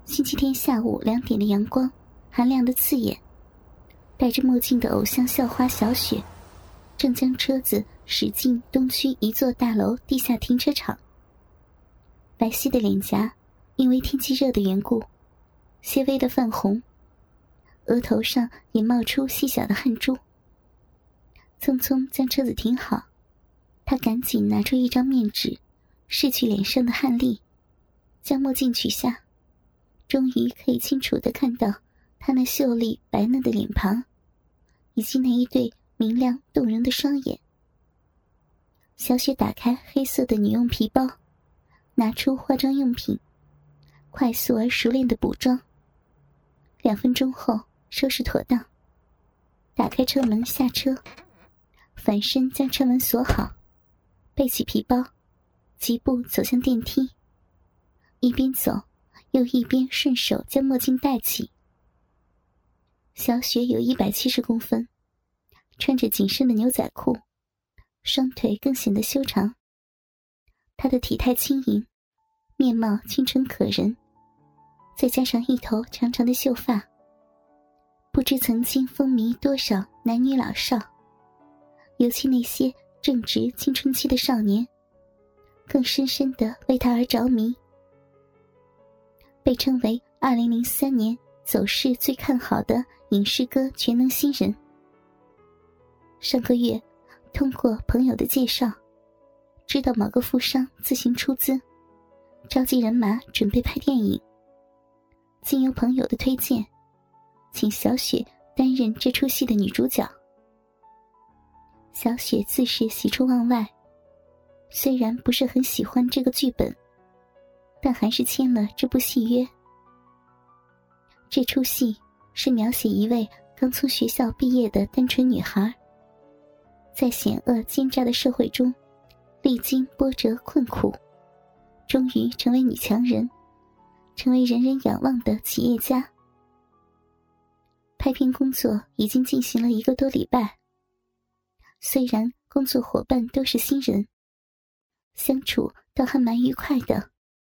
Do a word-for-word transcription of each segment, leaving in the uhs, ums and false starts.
星期天下午两点的阳光寒凉的刺眼，戴着墨镜的偶像校花小雪正将车子驶进东区一座大楼地下停车场。白皙的脸颊因为天气热的缘故些微的泛红，额头上也冒出细小的汗珠。匆匆将车子停好，他赶紧拿出一张面纸拭去脸上的汗粒，将墨镜取下，终于可以清楚地看到他那秀丽白嫩的脸庞，以及那一对明亮动人的双眼。小雪打开黑色的女用皮包，拿出化妆用品，快速而熟练地补妆。两分钟后收拾妥当，打开车门下车，反身将车门锁好，背起皮包，疾步走向电梯，一边走又一边顺手将墨镜戴起。小雪有一百七十公分，穿着紧身的牛仔裤，双腿更显得修长。她的体态轻盈，面貌清纯可人，再加上一头长长的秀发，不知曾经风靡多少男女老少，尤其那些正值青春期的少年，更深深地为她而着迷。被称为二零零三年走势最看好的影视歌全能新人。上个月通过朋友的介绍，知道某个富商自行出资，召集人马准备拍电影，经由朋友的推荐，请小雪担任这出戏的女主角。小雪自是喜出望外，虽然不是很喜欢这个剧本，但还是签了这部戏约。这出戏是描写一位刚从学校毕业的单纯女孩，在险恶奸诈的社会中历经波折困苦，终于成为女强人，成为人人仰望的企业家。拍片工作已经进行了一个多礼拜，虽然工作伙伴都是新人，相处倒还蛮愉快的。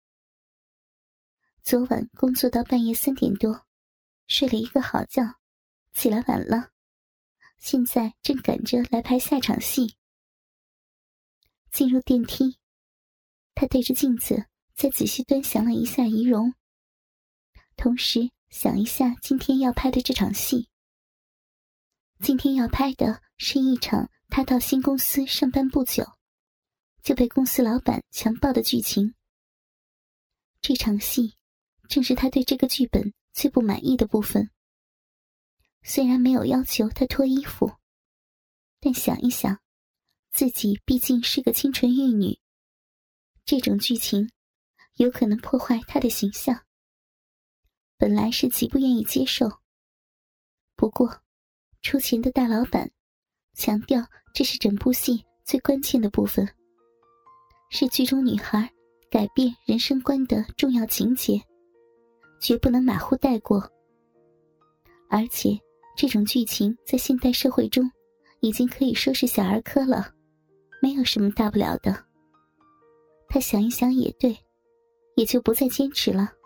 昨晚工作到半夜三点多，睡了一个好觉，起来晚了，现在正赶着来拍下场戏。进入电梯，他对着镜子再仔细端详了一下仪容，同时想一下今天要拍的这场戏。今天要拍的是一场他到新公司上班不久就被公司老板强暴的剧情。这场戏正是他对这个剧本最不满意的部分。虽然没有要求他脱衣服，但想一想，自己毕竟是个清纯玉女，这种剧情有可能破坏她的形象，本来是极不愿意接受。不过出钱的大老板强调这是整部戏最关键的部分，是剧中女孩改变人生观的重要情节，绝不能马虎带过。而且这种剧情在现代社会中已经可以说是小儿科了，没有什么大不了的。他想一想也对，也就不再坚持了。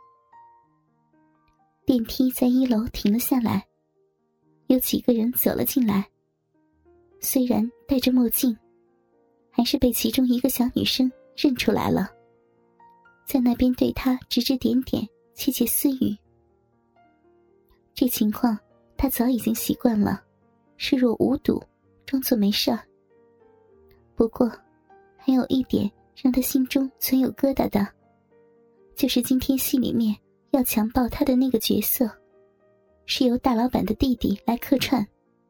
电梯在一楼停了下来，有几个人走了进来，虽然戴着墨镜，还是被其中一个小女生认出来了，在那边对他指指点点，窃窃私语。这情况他早已经习惯了，视若无睹，装作没事儿。不过还有一点让他心中存有疙瘩的，就是今天戏里面要强暴他的那个角色是由大老板的弟弟来客串。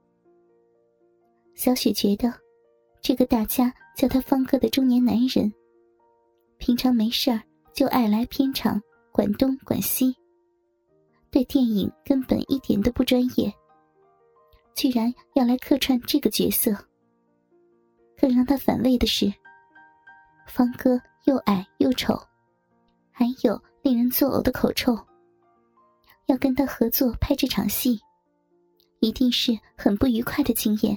小雪觉得这个大家叫他方哥的中年男人，平常没事儿就爱来片场管东管西，对电影根本一点都不专业，居然要来客串这个角色。更让他反胃的是，方哥又矮又丑，还有令人作呕的口臭，要跟他合作拍这场戏，一定是很不愉快的经验。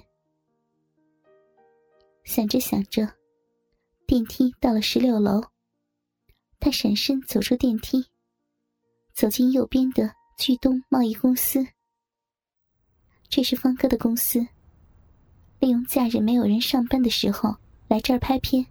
想着想着，电梯到了十六楼，他闪身走出电梯，走走进右边的巨东贸易公司。这是方哥的公司，利用假日没有人上班的时候来这儿拍片。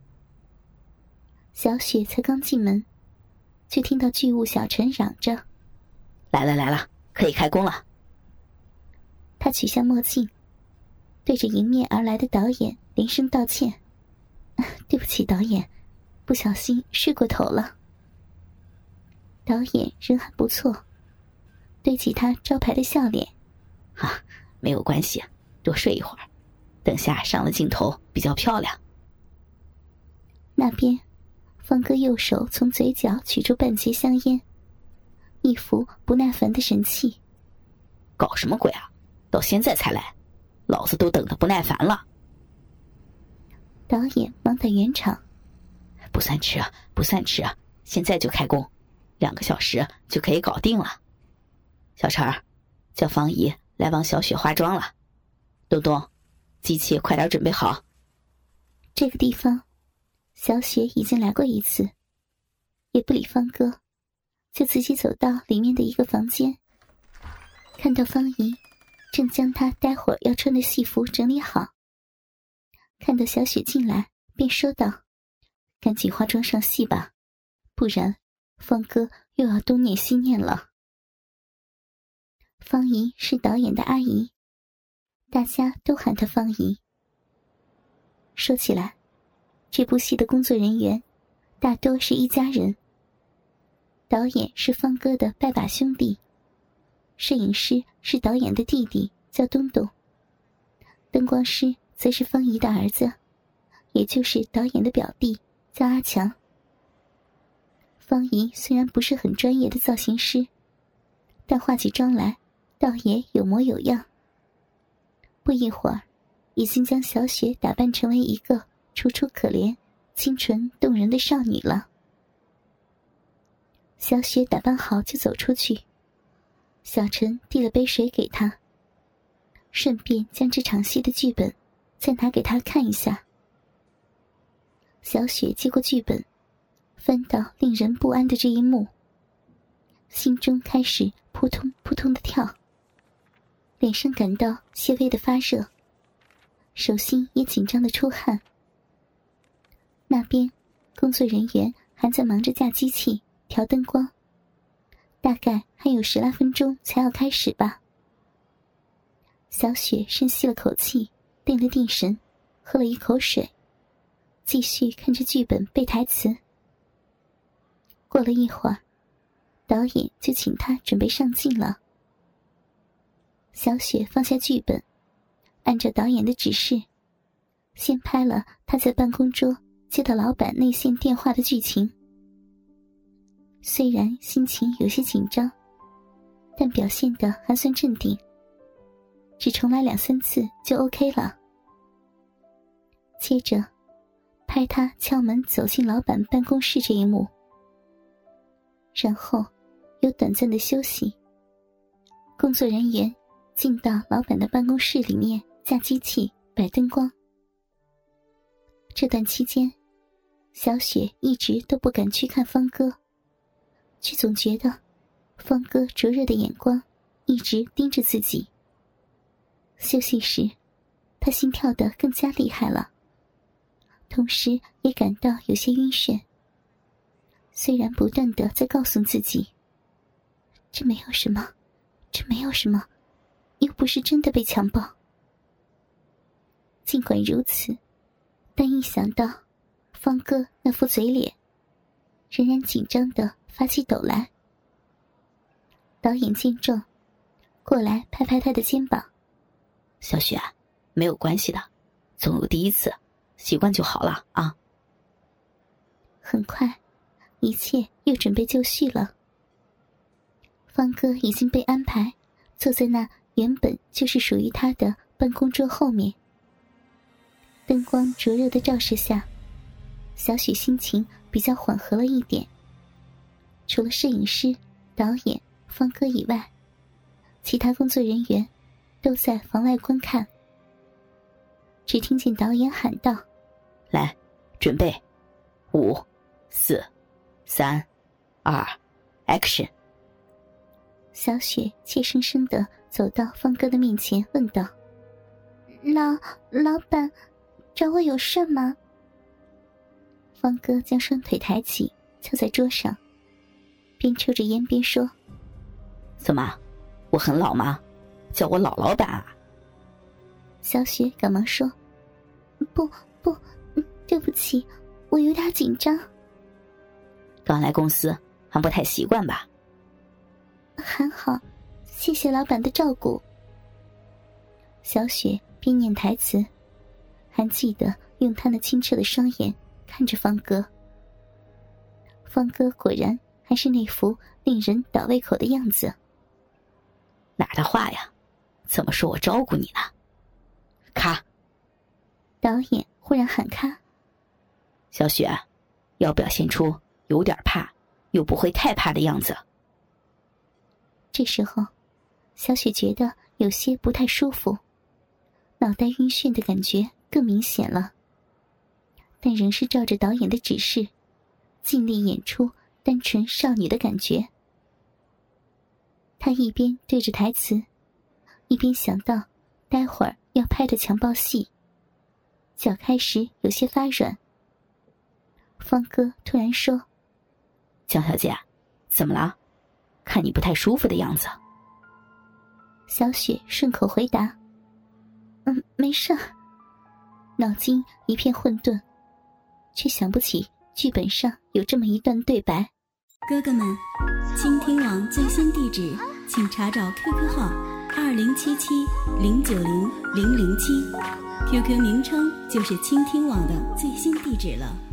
小雪才刚进门，就听到剧务小陈嚷着： 来了来了，可以开工了。 他取下墨镜，对着迎面而来的导演连声道歉：对不起导演，不小心睡过头了。导演人还不错，对起他招牌的笑脸： 啊，没有关系，多睡一会儿，等下上了镜头比较漂亮。 那边方哥右手从嘴角取出半截香烟，一副不耐烦的神气： 搞什么鬼啊，到现在才来，老子都等得不耐烦了。 导演忙打圆场： 不算迟啊，不算迟啊，现在就开工，两个小时就可以搞定了。小陈儿，叫方姨来帮小雪化妆了。东东，机器快点准备好。 这个地方小雪已经来过一次，也不理方哥，就自己走到里面的一个房间，看到方姨正将她待会儿要穿的戏服整理好。看到小雪进来，便说道：赶紧化妆上戏吧，不然方哥又要东念西念了。方姨是导演的阿姨，大家都喊她方姨。说起来，这部戏的工作人员大多是一家人。导演是方哥的拜把兄弟，摄影师是导演的弟弟，叫东东，灯光师则是方姨的儿子，也就是导演的表弟，叫阿强。方姨虽然不是很专业的造型师，但化起妆来倒也有模有样。不一会儿，已经将小雪打扮成为一个楚楚可怜、清纯动人的少女了。小雪打扮好就走出去，小陈递了杯水给她，顺便将这场戏的剧本再拿给她看一下。小雪接过剧本，翻到令人不安的这一幕，心中开始扑通扑通的跳，脸上感到些微的发热，手心也紧张的出汗。那边工作人员还在忙着架机器调灯光，大概还有十来分钟才要开始吧。小雪深吸了口气，定了定神，喝了一口水，继续看着剧本背台词。过了一会儿，导演就请她准备上镜了。小雪放下剧本，按照导演的指示，先拍了她在办公桌接到老板内线电话的剧情。虽然心情有些紧张，但表现得还算镇定，只重来两三次就 OK 了。接着拍他敲门走进老板办公室这一幕，然后有短暂的休息，工作人员进到老板的办公室里面架机器摆灯光。这段期间，小雪一直都不敢去看方哥，却总觉得方哥灼热的眼光一直盯着自己。休息时，她心跳得更加厉害了，同时也感到有些晕眩。虽然不断地在告诉自己，这没有什么，这没有什么，又不是真的被强暴。尽管如此，但一想到方哥那副嘴脸，仍然紧张地发起抖来。导演见状，过来拍拍他的肩膀： 小雪，没有关系的，总有第一次，习惯就好了啊。 很快，一切又准备就绪了。方哥已经被安排坐在那原本就是属于他的办公桌后面。灯光灼热的照射下，小雪心情比较缓和了一点。除了摄影师、导演、方哥以外，其他工作人员都在房外观看。只听见导演喊道： 来，准备，五、四、三、二 ，Action， 小雪怯生生地走到方哥的面前问道：老老板找我有事吗？方哥将双腿抬起敲在桌上，边抽着烟边说： 怎么，我很老吗？叫我老老板啊？ 小雪赶忙说：不不，对不起，我有点紧张。 刚来公司还不太习惯吧？ 还好，谢谢老板的照顾。小雪边念台词，还记得用她那清澈的双眼看着方哥。方哥果然还是那副令人倒胃口的样子。 哪儿的话呀？怎么说我照顾你呢？咔！ 导演忽然喊咔。 小雪，要表现出有点怕又不会太怕的样子。 这时候小雪觉得有些不太舒服，脑袋晕眩的感觉更明显了，但仍是照着导演的指示尽力演出单纯少女的感觉。她一边对着台词，一边想到待会儿要拍的强暴戏，脚开始有些发软。方哥突然说： 江小姐，怎么了？看你不太舒服的样子。 小雪顺口回答：嗯，没事。脑筋一片混沌，却想不起剧本上有这么一段对白。 哥哥们，倾听网最新地址请查找 Q Q 号二零七七零九零零零七 ，Q Q 名称就是倾听网的最新地址了。